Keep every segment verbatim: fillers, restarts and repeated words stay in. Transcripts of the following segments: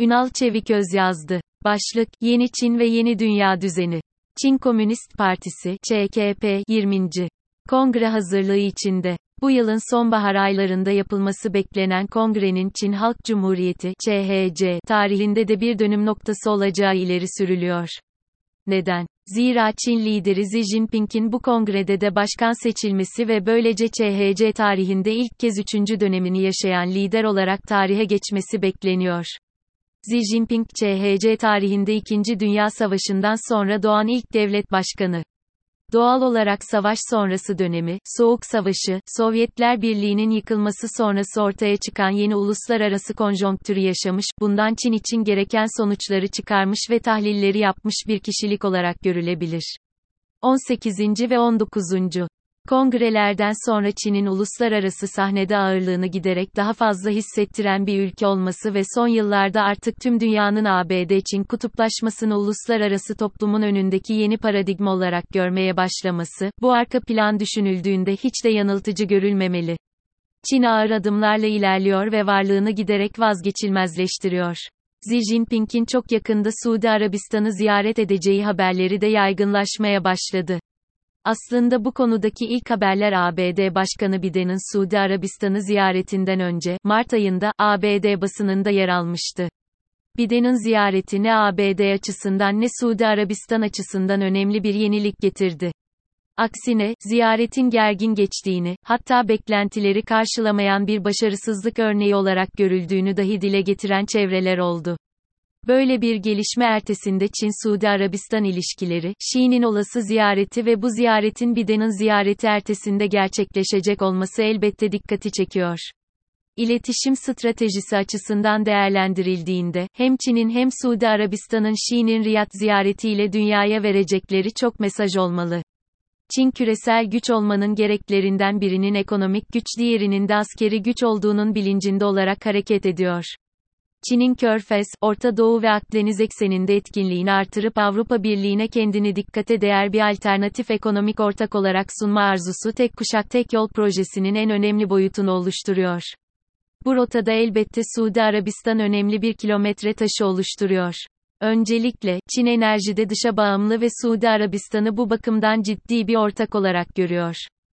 Ünal Çeviköz yazdı. Başlık, Yeni Çin ve Yeni Dünya Düzeni. Çin Komünist Partisi, Ç K P, yirminci. Kongre hazırlığı içinde. Bu yılın sonbahar aylarında yapılması beklenen kongrenin Çin Halk Cumhuriyeti, Ç H C, tarihinde de bir dönüm noktası olacağı ileri sürülüyor. Neden? Zira Çin lideri Xi Jinping'in bu kongrede de başkan seçilmesi ve böylece Ç H C tarihinde ilk kez üçüncü dönemini yaşayan lider olarak tarihe geçmesi bekleniyor. Xi Jinping, Ç H C tarihinde İkinci Dünya Savaşı'ndan sonra doğan ilk devlet başkanı. Doğal olarak savaş sonrası dönemi, Soğuk Savaşı, Sovyetler Birliği'nin yıkılması sonrası ortaya çıkan yeni uluslararası konjonktürü yaşamış, bundan Çin için gereken sonuçları çıkarmış ve tahlilleri yapmış bir kişilik olarak görülebilir. on sekizinci ve on dokuzuncu Kongrelerden sonra Çin'in uluslararası sahnede ağırlığını giderek daha fazla hissettiren bir ülke olması ve son yıllarda artık tüm dünyanın A B D-Çin kutuplaşmasını uluslararası toplumun önündeki yeni paradigma olarak görmeye başlaması, bu arka plan düşünüldüğünde hiç de yanıltıcı görülmemeli. Çin ağır adımlarla ilerliyor ve varlığını giderek vazgeçilmezleştiriyor. Xi Jinping'in çok yakında Suudi Arabistan'ı ziyaret edeceği haberleri de yaygınlaşmaya başladı. Aslında bu konudaki ilk haberler A B D Başkanı Biden'in Suudi Arabistan'ı ziyaretinden önce, Mart ayında, A B D basınında yer almıştı. Biden'in ziyareti ne A B D açısından ne Suudi Arabistan açısından önemli bir yenilik getirdi. Aksine, ziyaretin gergin geçtiğini, hatta beklentileri karşılamayan bir başarısızlık örneği olarak görüldüğünü dahi dile getiren çevreler oldu. Böyle bir gelişme ertesinde Çin-Suudi Arabistan ilişkileri, Xi'nin olası ziyareti ve bu ziyaretin Biden'in ziyareti ertesinde gerçekleşecek olması elbette dikkati çekiyor. İletişim stratejisi açısından değerlendirildiğinde, hem Çin'in hem Suudi Arabistan'ın Xi'nin Riyad ziyaretiyle dünyaya verecekleri çok mesaj olmalı. Çin küresel güç olmanın gereklerinden birinin ekonomik güç, diğerinin de askeri güç olduğunun bilincinde olarak hareket ediyor. Çin'in Körfez, Orta Doğu ve Akdeniz ekseninde etkinliğini artırıp Avrupa Birliği'ne kendini dikkate değer bir alternatif ekonomik ortak olarak sunma arzusu tek kuşak tek yol projesinin en önemli boyutunu oluşturuyor. Bu rotada elbette Suudi Arabistan önemli bir kilometre taşı oluşturuyor. Öncelikle, Çin enerjide dışa bağımlı ve Suudi Arabistan'ı bu bakımdan ciddi bir ortak olarak görüyor.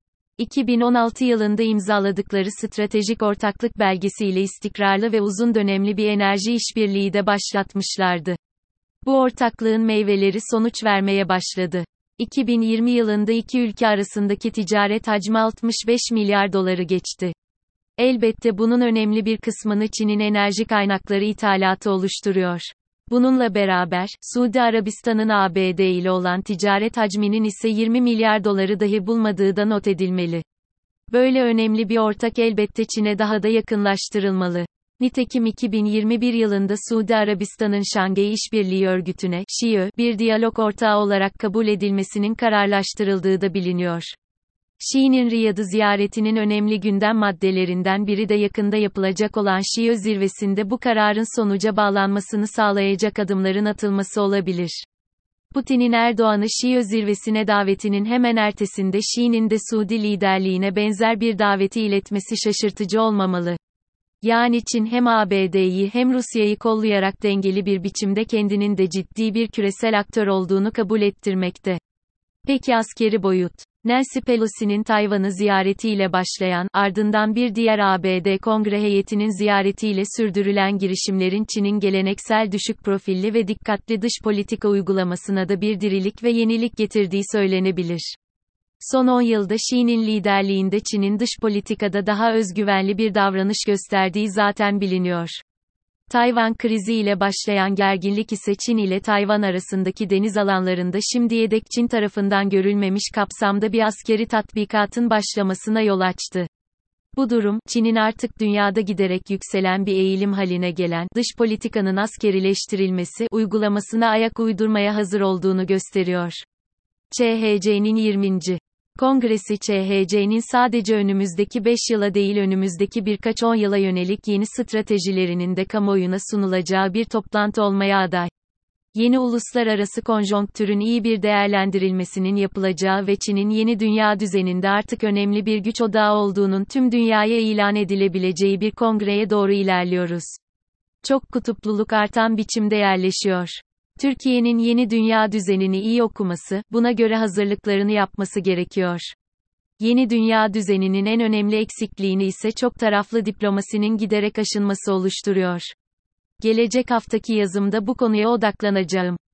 iki bin on altı yılında imzaladıkları stratejik ortaklık belgesiyle istikrarlı ve uzun dönemli bir enerji işbirliği de başlatmışlardı. Bu ortaklığın meyveleri sonuç vermeye başladı. iki bin yirmi yılında iki ülke arasındaki ticaret hacmi altmış beş milyar doları geçti. Elbette bunun önemli bir kısmını Çin'in enerji kaynakları ithalatı oluşturuyor. Bununla beraber, Suudi Arabistan'ın A B D ile olan ticaret hacminin ise yirmi milyar doları dahi bulmadığı da not edilmeli. Böyle önemli bir ortak elbette Çin'e daha da yakınlaştırılmalı. Nitekim iki bin yirmi bir yılında Suudi Arabistan'ın Şangay İşbirliği Örgütü'ne, Ş İ Ö, bir diyalog ortağı olarak kabul edilmesinin kararlaştırıldığı da biliniyor. Xi'nin Riyad'ı ziyaretinin önemli gündem maddelerinden biri de yakında yapılacak olan Ş İ Ö zirvesinde bu kararın sonuca bağlanmasını sağlayacak adımların atılması olabilir. Putin'in Erdoğan'ı Ş İ Ö zirvesine davetinin hemen ertesinde Xi'nin de Suudi liderliğine benzer bir daveti iletmesi şaşırtıcı olmamalı. Yani Çin hem A B D'yi hem Rusya'yı kollayarak dengeli bir biçimde kendinin de ciddi bir küresel aktör olduğunu kabul ettirmekte. Peki askeri boyut? Nancy Pelosi'nin Tayvan'ı ziyaretiyle başlayan, ardından bir diğer A B D Kongre heyetinin ziyaretiyle sürdürülen girişimlerin Çin'in geleneksel düşük profilli ve dikkatli dış politika uygulamasına da bir dirilik ve yenilik getirdiği söylenebilir. Son on yılda Xi'nin liderliğinde Çin'in dış politikada daha özgüvenli bir davranış gösterdiği zaten biliniyor. Tayvan krizi ile başlayan gerginlik ise Çin ile Tayvan arasındaki deniz alanlarında şimdiye dek Çin tarafından görülmemiş kapsamda bir askeri tatbikatın başlamasına yol açtı. Bu durum, Çin'in artık dünyada giderek yükselen bir eğilim haline gelen dış politikanın askerileştirilmesi uygulamasına ayak uydurmaya hazır olduğunu gösteriyor. Ç H C'nin yirminci Kongresi Ç H C'nin sadece önümüzdeki beş yıla değil önümüzdeki birkaç on yıla yönelik yeni stratejilerinin de kamuoyuna sunulacağı bir toplantı olmaya aday. Yeni uluslararası konjonktürün iyi bir değerlendirilmesinin yapılacağı ve Çin'in yeni dünya düzeninde artık önemli bir güç odağı olduğunun tüm dünyaya ilan edilebileceği bir kongreye doğru ilerliyoruz. Çok kutupluluk artan biçimde yerleşiyor. Türkiye'nin yeni dünya düzenini iyi okuması, buna göre hazırlıklarını yapması gerekiyor. Yeni dünya düzeninin en önemli eksikliğini ise çok taraflı diplomasinin giderek aşınması oluşturuyor. Gelecek haftaki yazımda bu konuya odaklanacağım.